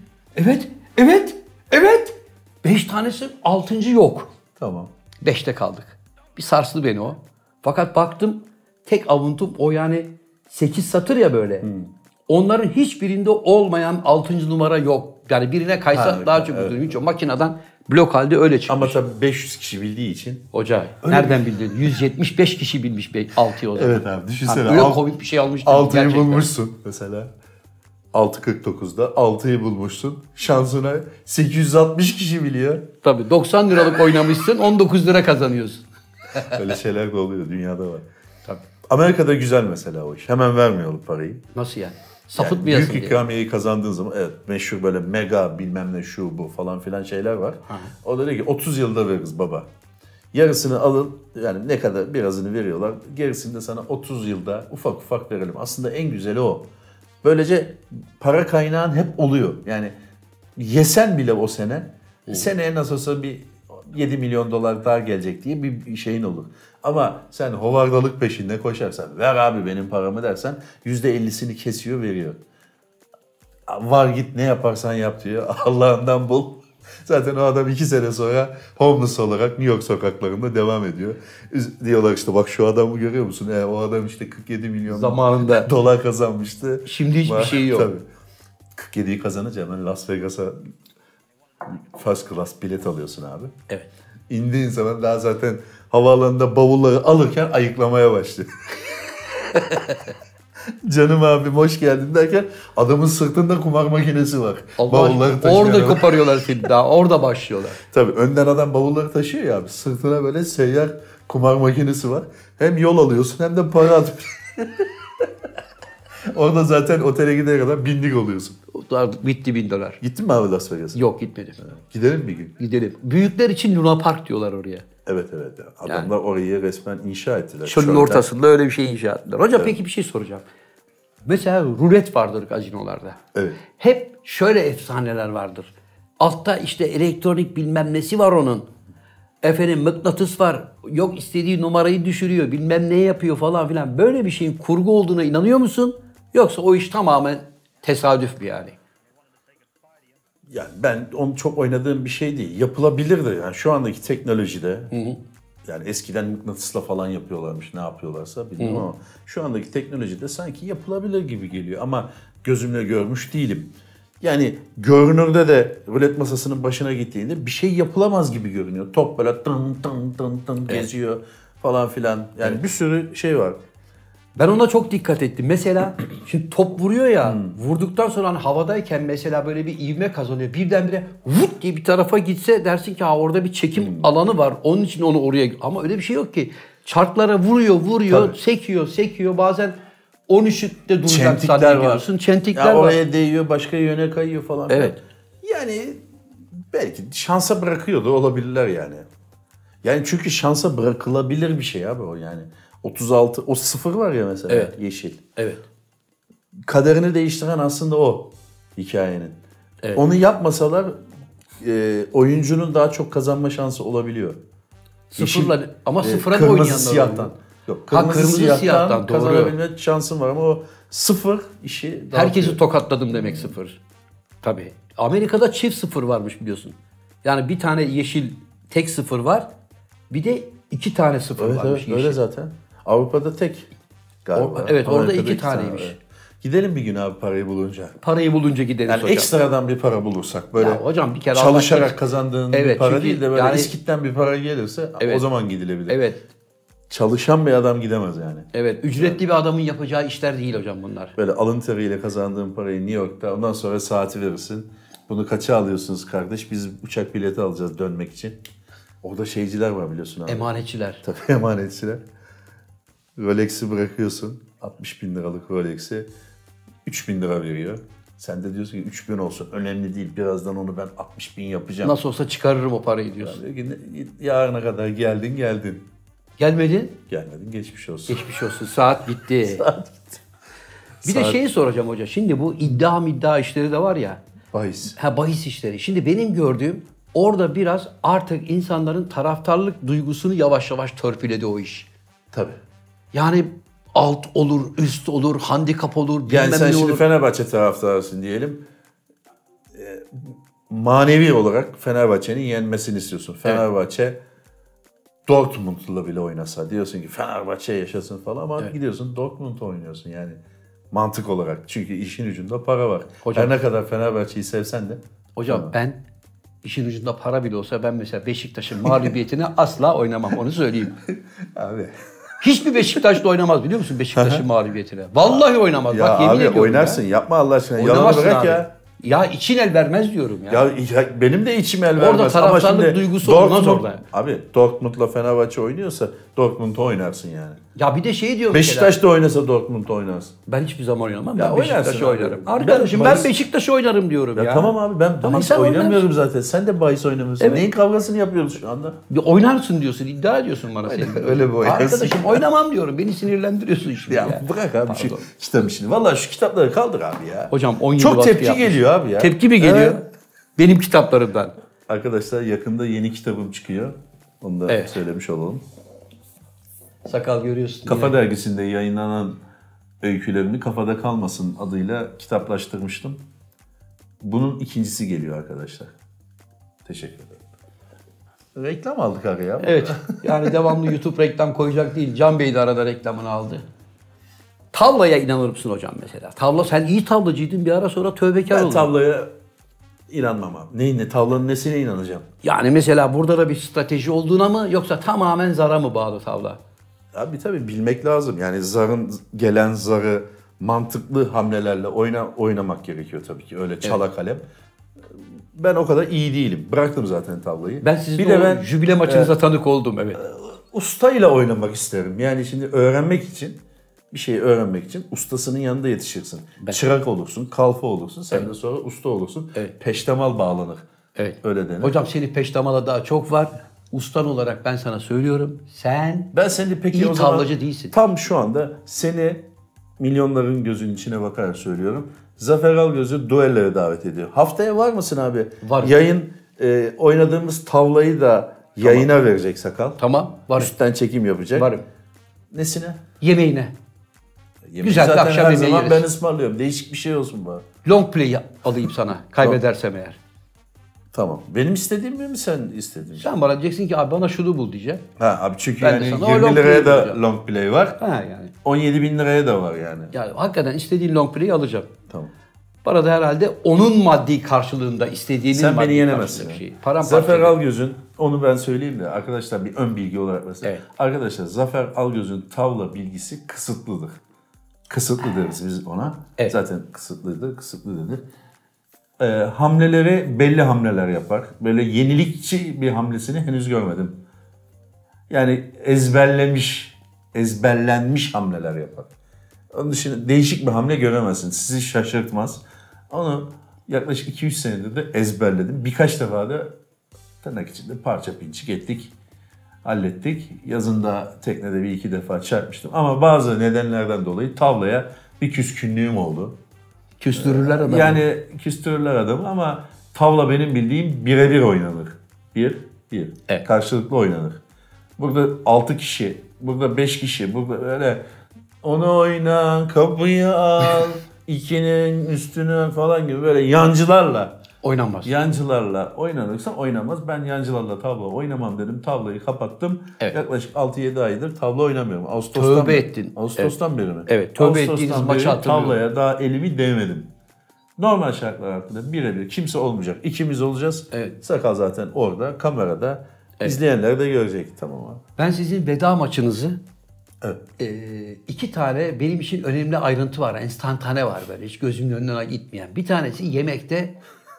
evet. 5 tanesi, 6. yok. Tamam. 5'te kaldık. Bir sarstı beni o. Fakat baktım tek avuntum o, yani 8 satır ya böyle. Onların hiçbirinde olmayan 6. numara yok. Yani birine kaysa daha çok üzülür. Hiç o makineden blok halde öyle çıkmış. Ama tabii 500 kişi bildiği için. Hoca nereden bildin? 175 kişi bilmiş 6'yı o zaman. Evet abi, düşünsene. Öyle komik bir şey almıştım. 6'yı bulmuşsun mesela. 6.49'da 6'yı bulmuşsun. Şansına 860 kişi biliyor. Tabii 90 liralık oynamışsın, 19 lira kazanıyorsun. Öyle şeyler de oluyor, dünyada var. Tabii. Amerika'da güzel mesela o iş. Hemen vermiyorlar parayı. Nasıl yani? Yani Sapıtmayasın büyük ikramiyeyi kazandığın zaman evet meşhur böyle mega bilmem ne şu bu falan filan şeyler var. O da diyor ki 30 yılda veririz baba. Yarısını alın, yani ne kadar birazını veriyorlar. Gerisini de sana 30 yılda ufak ufak verelim. Aslında en güzeli o. Böylece para kaynağın hep oluyor. Yani yesen bile o sene, seneye nasıl olsa bir 7 milyon dolar daha gelecek diye bir şeyin olur. Ama sen hovardalık peşinde koşarsan, ver abi benim paramı dersen %50'sini kesiyor, veriyor. Var git ne yaparsan yap diyor. Allah'ından bul. Zaten o adam 2 sene sonra homeless olarak New York sokaklarında devam ediyor. Diyorlar işte bak şu adamı görüyor musun? O adam işte 47 milyon zamanında dolar kazanmıştı. Şimdi hiçbir şey yok. Tabii. 47'yi kazanınca hemen Las Vegas'a first class bilet alıyorsun abi. Evet. İndiğin zaman daha zaten havaalanında bavulları alırken ayıklamaya başlıyor. Canım abim hoş geldin derken adamın sırtında kumar makinesi var. Bavulları orada koparıyorlar seni daha. Orada başlıyorlar. Tabii önden adam bavulları taşıyor ya abi. Sırtına böyle seyyar kumar makinesi var. Hem yol alıyorsun hem de para atıyorsun. Orada zaten otele gidene kadar bindik oluyorsun. Artık bitti $1000. Gittin mi abi Las Vegas'a? Yok, gitmedim. Gidelim bir gün. Gidelim. Büyükler için Luna Park diyorlar oraya. Evet. Adamlar orayı resmen inşa ettiler. Çölün ortasında öyle bir şey inşa ettiler. Hocam peki bir şey soracağım. Mesela rulet vardır gazinolarda. Evet. Hep şöyle efsaneler vardır. Altta işte elektronik bilmem nesi var onun. Efendim mıknatıs var. Yok istediği numarayı düşürüyor. Bilmem ne yapıyor falan filan. Böyle bir şeyin kurgu olduğuna inanıyor musun? Yoksa o iş tamamen tesadüf mü yani? Yani ben onu çok oynadığım bir şey değil. Yapılabilir de yani şu andaki teknolojide. Yani eskiden mıknatısla falan yapıyorlarmış, ne yapıyorlarsa bilmiyorum ama şu andaki teknolojide sanki yapılabilir gibi geliyor ama gözümle görmüş değilim. Yani görünürde de rulet masasının başına gittiğinde bir şey yapılamaz gibi görünüyor. Top böyle tın tın tın tın geziyor falan filan. Yani bir sürü şey var. Ben ona çok dikkat ettim. Mesela şimdi top vuruyor ya, vurduktan sonra hani havadayken mesela böyle bir ivme kazanıyor. Birdenbire vut diye bir tarafa gitse dersin ki orada bir çekim alanı var. Onun için onu oraya... Ama öyle bir şey yok ki. Çarklara vuruyor, tabii. sekiyor. Bazen 13'te duracak zannediyorsun. Çentikler var. Oraya değiyor, başka yöne kayıyor falan. Evet. Yani belki şansa bırakıyor da olabilirler yani. Yani çünkü şansa bırakılabilir bir şey abi o yani. 36, o 0 var ya mesela yeşil. Evet. Kaderini değiştiren aslında o hikayenin. Evet. Onu yapmasalar oyuncunun daha çok kazanma şansı olabiliyor. Sıfırla ama sıfıra da kırmızı oynayanlar siyahtan. oluyor. Yok, kırmızı siyahtan kazanabilme şansın var ama o 0 işi herkesi tokatladım demek 0. Tabii. Amerika'da çift 0 varmış biliyorsun. Yani bir tane yeşil tek 0 var. Bir de 2 tane 0 varmış evet, yeşil. öyle zaten. Avrupa'da tek galiba. Evet, orada Amerika'da 2 taneymiş. Evet. Gidelim bir gün abi parayı bulunca. Parayı bulunca gideriz yani hocam. ekstradan bir para bulursak böyle ya hocam bir kere çalışarak kazandığın bir para değil de böyle yani, iskitten bir para gelirse o zaman gidilebilir. Evet. Çalışan bir adam gidemez yani. Evet, ücretli bir adamın yapacağı işler değil hocam bunlar. Böyle alın teriyle kazandığın parayı New York'ta ondan sonra saati verirsin. Bunu kaça alıyorsunuz kardeş? Biz uçak bileti alacağız dönmek için. Orada şeyciler var biliyorsun abi. Emanetçiler. Tabii emanetçiler. Rolex'i bırakıyorsun. 60 bin liralık Rolex'i 3 bin lira veriyor. Sen de diyorsun ki 3 bin olsun. Önemli değil. Birazdan onu ben 60 bin yapacağım. Nasıl olsa çıkarırım o parayı diyorsun. Yarına kadar geldin. Gelmedin. Gelmedin geçmiş olsun. Geçmiş olsun. Saat bitti. Saat bitti. Bir de şeyi soracağım hoca. Şimdi bu iddia işleri de var ya. Bahis. Bahis işleri. Şimdi benim gördüğüm orada biraz artık insanların taraftarlık duygusunu yavaş yavaş törpüledi o iş. Tabii. Yani alt olur, üst olur, handikap olur, Yani bilmem sen ne şimdi olur. Fenerbahçe taraftarısın diyelim. Manevi olarak Fenerbahçe'nin yenmesini istiyorsun. Fenerbahçe Dortmund'la bile oynasa diyorsun ki Fenerbahçe yaşasın falan ama gidiyorsun Dortmund'la oynuyorsun yani mantık olarak. Çünkü işin ucunda para var. Hocam, her ne kadar Fenerbahçe'yi sevsen de. Hocam ben işin ucunda para bile olsa ben mesela Beşiktaş'ın mağlubiyetine asla oynamam, onu söyleyeyim. Abi. Hiçbir Beşiktaş'ta oynamaz biliyor musun Beşiktaş'ın mağlubiyetine? Vallahi oynamaz. Ya bak yemin abi ediyorum oynarsın ya. yapma Allah aşkına. Yalanı Oynamazsın bırak abi. ya. Ya için el vermez diyorum ya. Ya benim de içim el vermez. Orada taraftarlık duygusu olmaz orada. Abi Dortmund'la Fenerbahçe oynuyorsa Dortmund'u oynarsın yani. Ya bir de şey diyorum Beşiktaş da oynasa Dortmund'u oynarsın. Ben hiçbir zaman oynamam. Ya Ben Beşiktaş'ı oynarsın oynarım. abi. Arkadaşım ben Beşiktaş'ı oynarım diyorum ya. Ya tamam abi ben bahis sen oynamıyorum zaten. Sen de bahis oynamıyorsun. Evet. Neyin kavgasını yapıyoruz şu anda? Bir oynarsın diyorsun, iddia ediyorsun bana. öyle bir oynarsın. Arkadaşım oynamam diyorum. Beni sinirlendiriyorsun şimdi Ya bırak abi şu kitabı şimdi. Vallahi şu kitapları kaldır abi ya. Hocam 17 çok baskı tepki yapmış. geliyor abi ya. Tepki mi geliyor? Evet. Benim kitaplarımdan. Arkadaşlar yakında yeni kitabım çıkıyor. Onu da söylemiş olalım. Sakal görüyorsun. Kafa Dergisi'nde yayınlanan öykülerimi Kafada Kalmasın adıyla kitaplaştırmıştım. Bunun ikincisi geliyor arkadaşlar. Teşekkür ederim. Reklam aldık araya. Evet. Yani devamlı YouTube reklam koyacak değil. Can Bey de arada reklamını aldı. Tavlaya inanır mısın hocam mesela? Tavla, sen iyi tavlacıydın bir ara, sonra tövbekar oldun. Ben tavlaya inanmam abi. Tavlanın nesine inanacağım? Yani mesela burada da bir strateji olduğuna mı, yoksa tamamen zara mı bağlı tavla? Abi tabii bilmek lazım. Yani gelen zarı mantıklı hamlelerle oynamak gerekiyor tabii ki. Öyle çala kalem. Ben o kadar iyi değilim. Bıraktım zaten tavlayı. Ben sizin o jübile maçınıza tanık oldum, evet. Ustayla oynamak isterim. Yani şimdi bir şeyi öğrenmek için ustasının yanında yetişirsin. Çırak olursun, kalfa olursun. Sen de sonra usta olursun. Evet. Peştemal bağlanır. Evet. Öyle denir. Hocam senin peştemala daha çok var. Ustan olarak ben sana söylüyorum. Ben seni peki iyi o zaman tavlacı değilsin. Tam şu anda seni milyonların gözünün içine bakarak söylüyorum. Zafer Algöz'ü duelloya davet ediyor. Haftaya var mısın abi? Varım. Yayın oynadığımız tavlayı da yayına verecek Sakal. Tamam, varım. Üstten çekim yapacak. Varım. Nesine? Yemeğine. Yemeği Güzel bir zaten akşam her yemeği zaman yeriz. ben ısmarlıyorum. Değişik bir şey olsun bana. Long play alayım sana kaybedersem eğer. Tamam. Benim istediğim mi sen istediğin? Sen bana diyeceksin ki abi bana şunu bul diyeceksin. Ha abi çünkü Ben de yani sana o 20 long liraya play da bulacağım. long play var. Ha yani. 17 bin liraya da var yani. Yani hakikaten istediğin long play'i alacağım. Tamam. Bana da herhalde onun maddi karşılığında istediğinin Sen maddi beni yenemezsin. karşılığında bir şey. Param Zafer Algöz'ün, onu ben söyleyeyim de arkadaşlar bir ön bilgi olarak mesela. Evet. Arkadaşlar Zafer Algöz'ün tavla bilgisi kısıtlıdır. Kısıtlı deriz biz ona. Evet. Zaten kısıtlıdır. Hamleleri belli hamleler yapar. Böyle yenilikçi bir hamlesini henüz görmedim. Yani ezberlenmiş hamleler yapar. Onun dışında değişik bir hamle göremezsin. Sizi şaşırtmaz. Onu yaklaşık 2-3 senedir de ezberledim. Birkaç defa da tırnak içinde parça pinçik ettik. Hallettik. Yazında teknede bir iki defa çarpmıştım. Ama bazı nedenlerden dolayı tavlaya bir küskünlüğüm oldu. Küstürürler adamı. Yani küstürürler adamı ama tavla benim bildiğim birebir oynanır. Bir. Evet. Karşılıklı oynanır. Burada 6 kişi, burada 5 kişi, burada öyle onu oyna, kapıyı al, ikinin üstüne falan gibi böyle yancılarla oynanırsa oynamaz. Ben yancılarla tavla oynamam dedim. Tavlayı kapattım. Evet. Yaklaşık 6-7 aydır tavla oynamıyorum. Tövbe ettin. Ağustos'tan beri mi? Evet, tövbe ettiğiniz maçı hatırlıyorum. Tavlaya daha elimi değmedim. Normal şartlar altında birebir kimse olmayacak. İkimiz olacağız. Evet. Sakal zaten orada, kamerada. İzleyenler de görecek. Tamam abi. Ben sizin veda maçınızı 2 tane benim için önemli ayrıntı var. Enstantane var böyle. Hiç gözümün önünden gitmeyen. Bir tanesi yemekte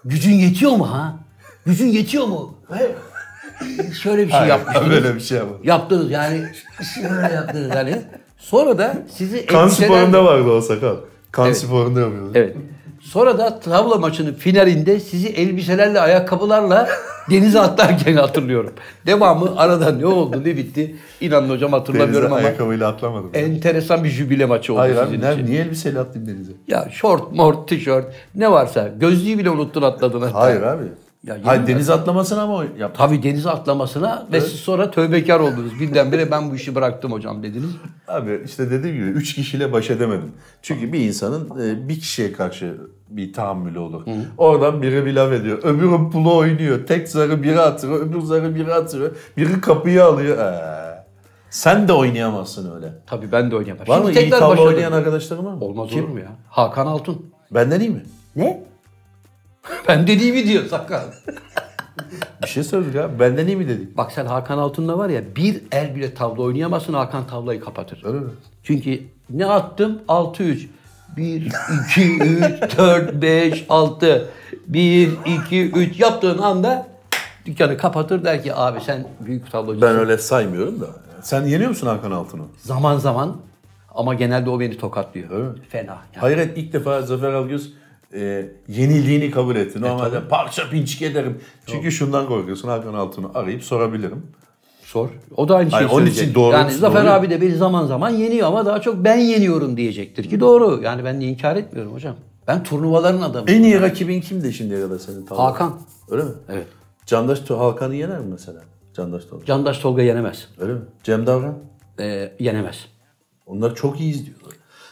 Gücün yetiyor mu ha? Gücün yetiyor mu? Şöyle bir şey yapmıştınız. Böyle bir şey yapmadım. Yaptınız yani. Şöyle yaptınız hani. Sonra da sizi Kan elbiselerle- sporunda vardı o sakal. Kan Evet. sporunda yapıyordu. Evet. Sonra da tavla maçının finalinde sizi elbiselerle, ayakkabılarla denize atlarken hatırlıyorum. Devamı arada ne oldu, ne bitti? İnanın hocam hatırlamıyorum Denize ama ayakkabıyla atlamadım. enteresan bir jübile maçı oldu Hayır sizin abi için. niye elbiseyle atlayayım denize? Ya şort, mort, tişört ne varsa gözlüğü bile unuttun atladın hatta. Hayır abi. Ya yemin Hayır denize atlamasına ama o yaptı. Tabii denize atlamasına ve siz sonra tövbekar oldunuz. Birdenbire ben bu işi bıraktım hocam dediniz. Abi işte dediğim gibi 3 kişiyle baş edemedim. Çünkü bir insanın bir kişiye karşı bir tahammülü olur. Oradan biri bir laf ediyor. Öbürü pulu oynuyor. Tek zarı biri atıyor. Öbür zarı biri atıyor. Biri kapıyı alıyor. Sen de oynayamazsın öyle. Tabii ben de oynayamam. Var mı Şimdi iyi tekrar tavla başladım. oynayan arkadaşlarım var mı? Olmaz Kim? olur mu ya? Hakan Altun. Benden iyi mi? Ne? Ben dediğimi diyor sakal. Bir şey söyledik abi. Benden iyi mi dedik? Bak sen Hakan Altun'la var ya bir el bile tavla oynayamazsın, Hakan tavlayı kapatır. Öyle mi? Çünkü ne attım? 6-3. 1, 2, 3, 4, 5, 6. 1, 2, 3 yaptığın anda dükkanı kapatır der ki abi sen büyük tavlacısın. Ben öyle saymıyorum da. Sen yeniyor musun Hakan Altun'u? Zaman zaman ama genelde o beni tokatlıyor. Öyle mi? Fena. Yani. Hayret ilk defa Zafer Algöz yenildiğini kabul etti. Normalde parça pinçik ederim. Çünkü şundan korkuyorsun Hakan Altun'u arayıp sorabilirim. Sor. O da aynı şeyi Hayır, onun söyleyecek. için doğru- Yani Zafer doğru. abi de beni zaman zaman yeniyor ama daha çok ben yeniyorum diyecektir ki doğru. Yani ben de inkar etmiyorum hocam. Ben turnuvaların adamıyım. En iyi rakibin kimdi şimdiye kadar senin tavla? Hakan. Öyle mi? Evet. Candaş Hakan'ı yener mi mesela? Candaş Tolga. Candaş Tolga yenemez. Öyle mi? Cem Davran? Yenemez. Onlar çok iyi izliyorlar.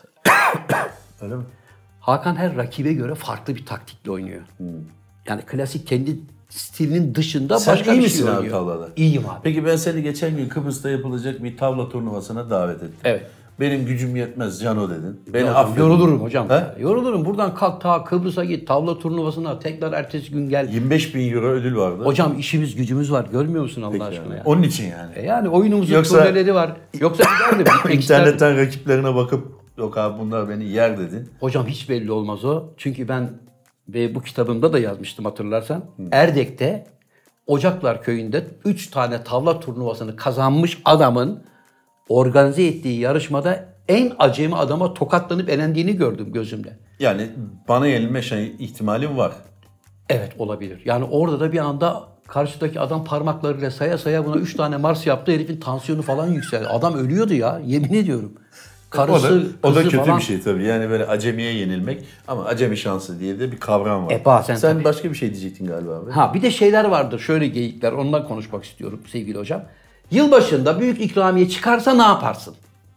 Öyle mi? Hakan her rakibe göre farklı bir taktikle oynuyor. Yani klasik kendi stilinin dışında Sen başka iyi bir misin şey abi oynuyor. tavlada? İyiyim abi. Peki ben seni geçen gün Kıbrıs'ta yapılacak bir tavla turnuvasına davet ettim. Evet. Benim gücüm yetmez Cano dedin. Beni Hocam, affedin. yorulurum hocam. He? Yorulurum. Buradan kalk ta Kıbrıs'a git. Tavla turnuvasına tekrar ertesi gün gel. 25.000 euro ödül vardı. Hocam işimiz gücümüz var. Görmüyor musun Allah aşkına Yani. ya? Onun için yani. Yani oyunumuzun Yoksa- turneleri var. Yoksa giderdim. gitmek isterdim. İnternetten rakiplerine bakıp yok abi bunlar beni yer dedin. Hocam hiç belli olmaz o. Çünkü ben ve bu kitabımda da yazmıştım hatırlarsan. Erdek'te Ocaklar Köyü'nde 3 tane tavla turnuvasını kazanmış adamın organize ettiği yarışmada en acemi adama tokatlanıp elendiğini gördüm gözümle. Yani bana yenilme ihtimalim var. Evet olabilir. Yani orada da bir anda karşıdaki adam parmaklarıyla saya saya buna 3 tane Mars yaptı. Herifin tansiyonu falan yükseldi. Adam ölüyordu ya. Yemin ediyorum. Karısı, o da kızı kötü falan. bir şey tabii. Yani böyle acemiye yenilmek ama acemi şansı diye de bir kavram var. Bazen Sen tabii. başka bir şey diyecektin galiba abi. Ha bir de şeyler vardır. Şöyle geyikler. Ondan konuşmak istiyorum sevgili hocam. Yılbaşında büyük ikramiye çıkarsa ne yaparsın?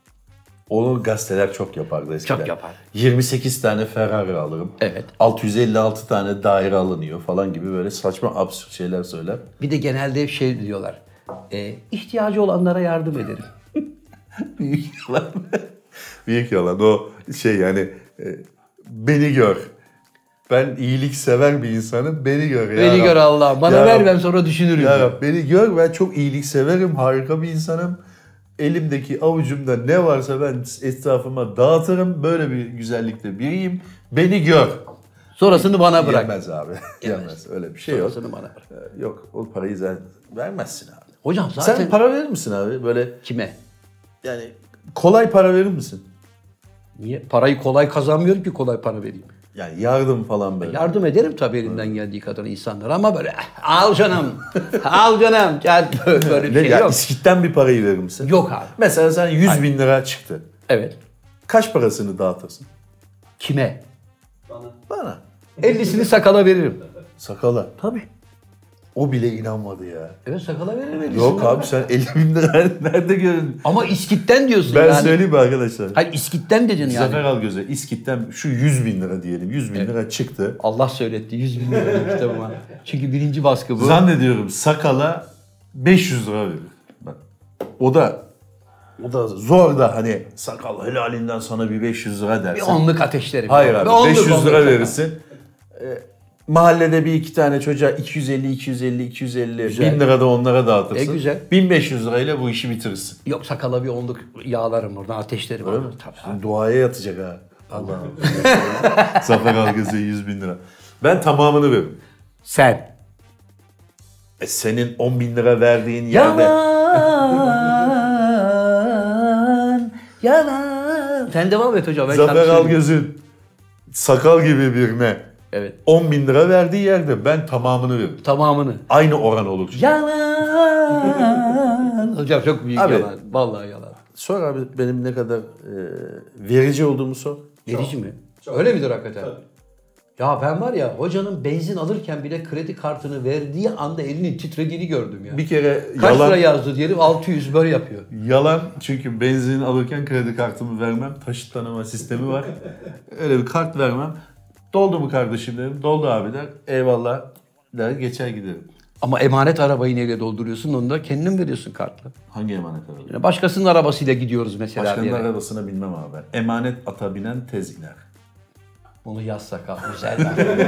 O gazeteler çok yapardı eskiden. Çok yapar. 28 tane Ferrari alırım. Evet. 656 tane daire alınıyor falan gibi böyle saçma absürt şeyler söyler. Bir de genelde şey diyorlar. İhtiyacı olanlara yardım ederim. Büyük yalan. Büyük yalan. O şey yani beni gör. Ben iyilik sever bir insanım. Beni gör. Ya Beni Rab. gör Allah. Bana Ya ver Rab. ben sonra düşünürüm. Ya diyor. Rab, beni gör. Ben çok iyilik severim. Harika bir insanım. Elimdeki avucumda ne varsa ben etrafıma dağıtırım. Böyle bir güzellikte biriyim. Beni gör. Sonrasını bana bırak. Yemez abi. Yemez. Öyle bir şey yok. Sonrasını bana bırak. Yok o parayı sen vermezsin abi. Hocam zaten Sen para verir misin abi? Böyle kime? yani kolay para verir misin? Niye? Parayı kolay kazanmıyorum ki kolay para vereyim. Yani yardım falan böyle. Yardım ederim tabii elimden geldiği kadar insanlara ama böyle al canım, al canım. Gel böyle bir Ne, şey ya yok. İskitten bir parayı verir misin? Yok abi. Mesela sen 100 bin lira çıktı. Evet. Kaç parasını dağıtırsın? Kime? Bana. 50'sini sakala veririm. Sakala. Tabii. O bile inanmadı ya. Evet sakala veririm 50'sini. Yok abi sen 50 bin lira nerede gördün? Ama İskit'ten diyorsun Ben yani. söyleyeyim mi arkadaşlar? Hayır İskit'ten dedin yani. Zafer Algöz'e İskit'ten şu 100 bin lira diyelim. 100 bin lira çıktı. Allah söyletti 100 bin lira kitabıma. Çünkü birinci baskı bu. Zannediyorum sakala 500 lira verir. Bak. O da zor da hani sakal helalinden sana bir 500 lira dersin. Bir onluk ateşlerim. Hayır Bir abi onluk, 500 onluk lira sakal. verirsin. Mahallede bir iki tane çocuğa 250 Güzel. 1000 lira da onlara dağıtırsın. Güzel. 1500 lirayla bu işi bitirirsin. Yok sakala bir onluk yağlarım oradan ateşlerim. Öyle mi? Tabii. Şimdi duaya yatacak ha. Allah Allah. Zafer Algöz'e 100 bin lira. Ben tamamını veririm. Sen. Senin 10 bin lira verdiğin yerde... Yalan. Sen devam et hocam. Zafer Algöz'ün sakal gibi birine evet. 10 bin lira verdiği yerde ben tamamını veririm. Tamamını. Aynı oran olur. Yalan. Hocam çok büyük abi, yalan. Vallahi yalan. Sor abi benim ne kadar verici olduğumu sor. Verici mi? Çok. Öyle midir hakikaten? Tabii. Ya ben var ya hocanın benzin alırken bile kredi kartını verdiği anda elinin titrediğini gördüm ya. Bir kere kaç yalan... lira yazdı diyelim 600 böyle yapıyor. Yalan çünkü benzin alırken kredi kartımı vermem. Taşıt tanıma sistemi var. Öyle bir kart vermem. Doldu mu kardeşim derim. Doldu abi der. Eyvallah der geçer giderim. Ama emanet arabayı neyle dolduruyorsun? Onu da kendin veriyorsun kartla. Hangi emanet araba? Yani başkasının arabasıyla gidiyoruz mesela. Başkanın arabasına binmem abi. Emanet ata binen tez iner. Onu yazsak abi güzel.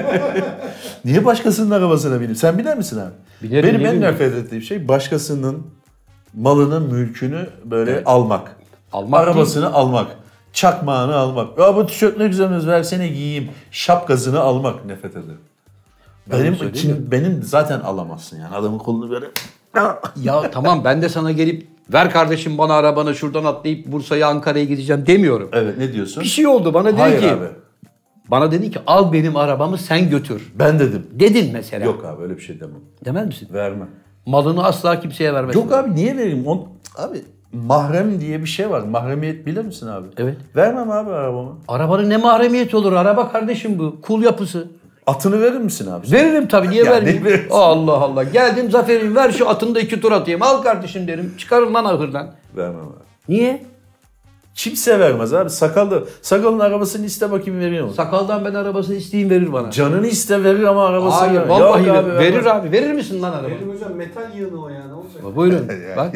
Niye başkasının arabasına bineyim? Sen biner misin abi? Binerim, benim en nefret ettiğim şey başkasının malını, mülkünü böyle evet. almak. Arabasını değil. Almak. Çakmağını almak. Ya bu tişört ne güzelmiş versene giyeyim. Şapkasını almak nefret ederim. Benim zaten alamazsın yani. Adamın kolunu böyle... Ya tamam ben de sana gelip ver kardeşim bana arabanı şuradan atlayıp Bursa'ya Ankara'ya gideceğim demiyorum. Evet ne diyorsun? Bir şey oldu bana dedi hayır ki. Abi. Bana dedi ki al benim arabamı sen götür. Ben dedim. Dedin mesela. Yok abi öyle bir şey demem. Demez misin? Vermem. Malını asla kimseye vermez. Yok abi niye vereyim? Abi mahrem diye bir şey var. Mahremiyet bilir misin abi? Evet. Vermem abi arabamı. Arabanın ne mahremiyeti olur? Araba kardeşim bu. Kul yapısı. Atını verir misin abi? Veririm tabii. Niye vermeyeyim? Allah Allah. Geldim Zafer'im ver şu atını da 2 tur atayım. Al kardeşim derim. Çıkarın lan ahırdan. Vermem abi. Niye? Kimse vermez abi. Sakalın arabasını iste bakayım veriyor mu? Sakaldan ben arabasını isteyeyim verir bana. Canını iste verir ama arabasını hayır, vallahi abi, verir abi. Verir misin lan arabayı? Verir hocam metal yığını o ya ne olacak? Buyurun bak.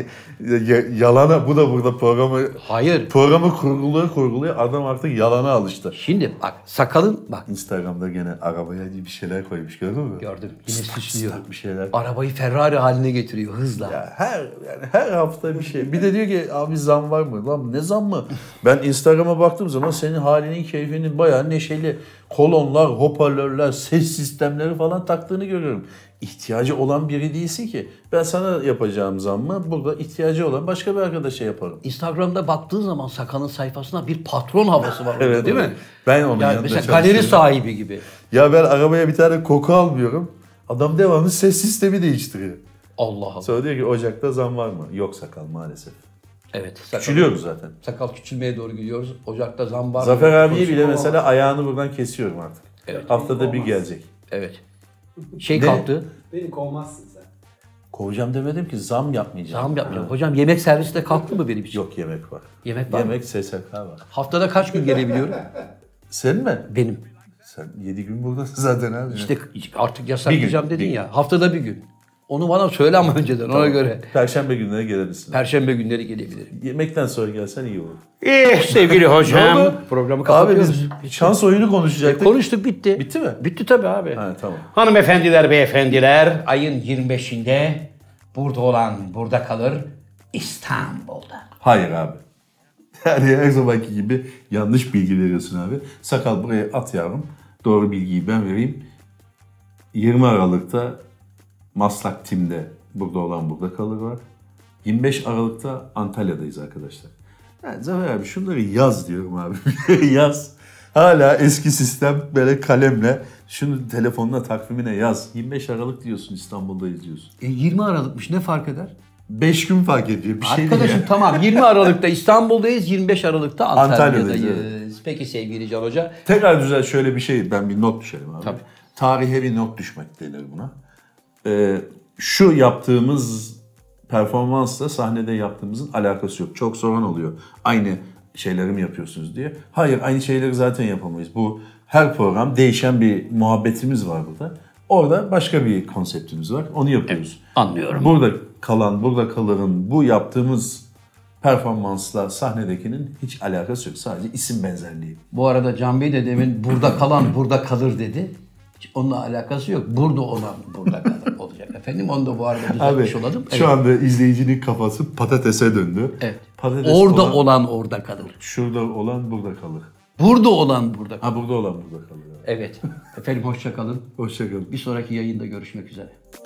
Yalana bu da burada programı. Hayır. Programı kurguluyor. Adam artık yalana alıştı. Şimdi bak sakalın bak. Instagram'da gene arabaya bir şeyler koymuş gördün mü? Gördüm. Yine süslüyor. Bir şeyler. Arabayı Ferrari haline getiriyor hızla. Ya her hafta bir şey. Bir de diyor ki abi zam var mı? Lan ne zam mı? Ben Instagram'a baktığım zaman senin halinin, keyfinin bayağı neşeli kolonlar, hoparlörler, ses sistemleri falan taktığını görüyorum. İhtiyacı olan biri değilsin ki. Ben sana yapacağım zammı burada ihtiyacı olan başka bir arkadaşa yaparım. Instagram'da baktığın zaman sakalın sayfasında bir patron havası var orada evet, değil mi? Ben onun yanında mesela galeri sahibi gibi. Ya ben arabaya bir tane koku almıyorum. Adam devamlı ses sistemi değiştiriyor. Allah Allah. Sonra diyor ki Ocak'ta zam var mı? Yok sakal maalesef. Evet. Küçülüyoruz zaten. Sakal küçülmeye doğru gidiyoruz. Ocak'ta zam var. Zafer abiyi bile mesela ayağını buradan kesiyorum artık. Evet. Haftada bir gelecek. Evet. Kalktı. Beni kovmazsın sen. Kovacağım demedim ki zam yapmayacağım. Zam yapmayacağım. Hocam yemek servisi de kalktı mı benim için? Yok yemek var. Yemek var Yemek SSK var. Haftada kaç gün gelebiliyorum? Sen mi? Benim. Sen 7 gün buradasın zaten abi. İşte artık yasaklayacağım dedin ya. Haftada bir gün. Onu bana söyle ama önceden ona göre. Perşembe günleri gelebilirsin. Perşembe günleri gelebilirim. Yemekten sonra gelsen iyi olur. Sevgili hocam. Programı kapatıyoruz. Abi biz şans oyunu konuşacaktık. Konuştuk bitti. Bitti mi? Bitti tabii abi. Ha, tamam. Hanımefendiler, beyefendiler ayın 25'inde burada olan burada kalır İstanbul'da. Hayır abi. Yani her zamanki gibi yanlış bilgi veriyorsun abi. Sakal buraya at yavrum. Doğru bilgiyi ben vereyim. 20 Aralık'ta Maslak Tim'de burada olan burada kalır var. 25 Aralık'ta Antalya'dayız arkadaşlar. Yani Zafer abi şunları yaz diyorum abi. Yaz. Hala eski sistem böyle kalemle şunu telefonuna takvimine yaz. 25 Aralık diyorsun İstanbul'dayız diyorsun. 20 Aralık'mış ne fark eder? 5 gün fark ediyor. Bir şey arkadaşım değil. Tamam 20 Aralık'ta İstanbul'dayız, 25 Aralık'ta Antalya'dayız. Evet. Peki sevgili Can Hoca. Tekrar düzel şöyle bir şey ben bir not düşelim abi. Tabii. Tarihe bir not düşmek denir buna. Şu yaptığımız performansla sahnede yaptığımızın alakası yok. Çok soran oluyor. Aynı şeyleri mi yapıyorsunuz diye. Hayır aynı şeyleri zaten yapamayız. Bu her program değişen bir muhabbetimiz var burada. Orada başka bir konseptimiz var. Onu yapıyoruz. Evet, anlıyorum. Burada kalırın bu yaptığımız performansla sahnedekinin hiç alakası yok. Sadece isim benzerliği. Bu arada Can Bey de demin burada kalan burada kalır dedi. Hiç onunla alakası yok. Burada olan burada kalır olacak efendim. Onu da bu arada düzeltmiş olalım. Şu anda izleyicinin kafası patatese döndü. Evet. Patates orada olan orada kalır. Şurada olan burada kalır. Burada olan burada kalır. Ha burada olan burada kalıyor. Evet. Efendim hoşça kalın. Hoşça kalın. Bir sonraki yayında görüşmek üzere.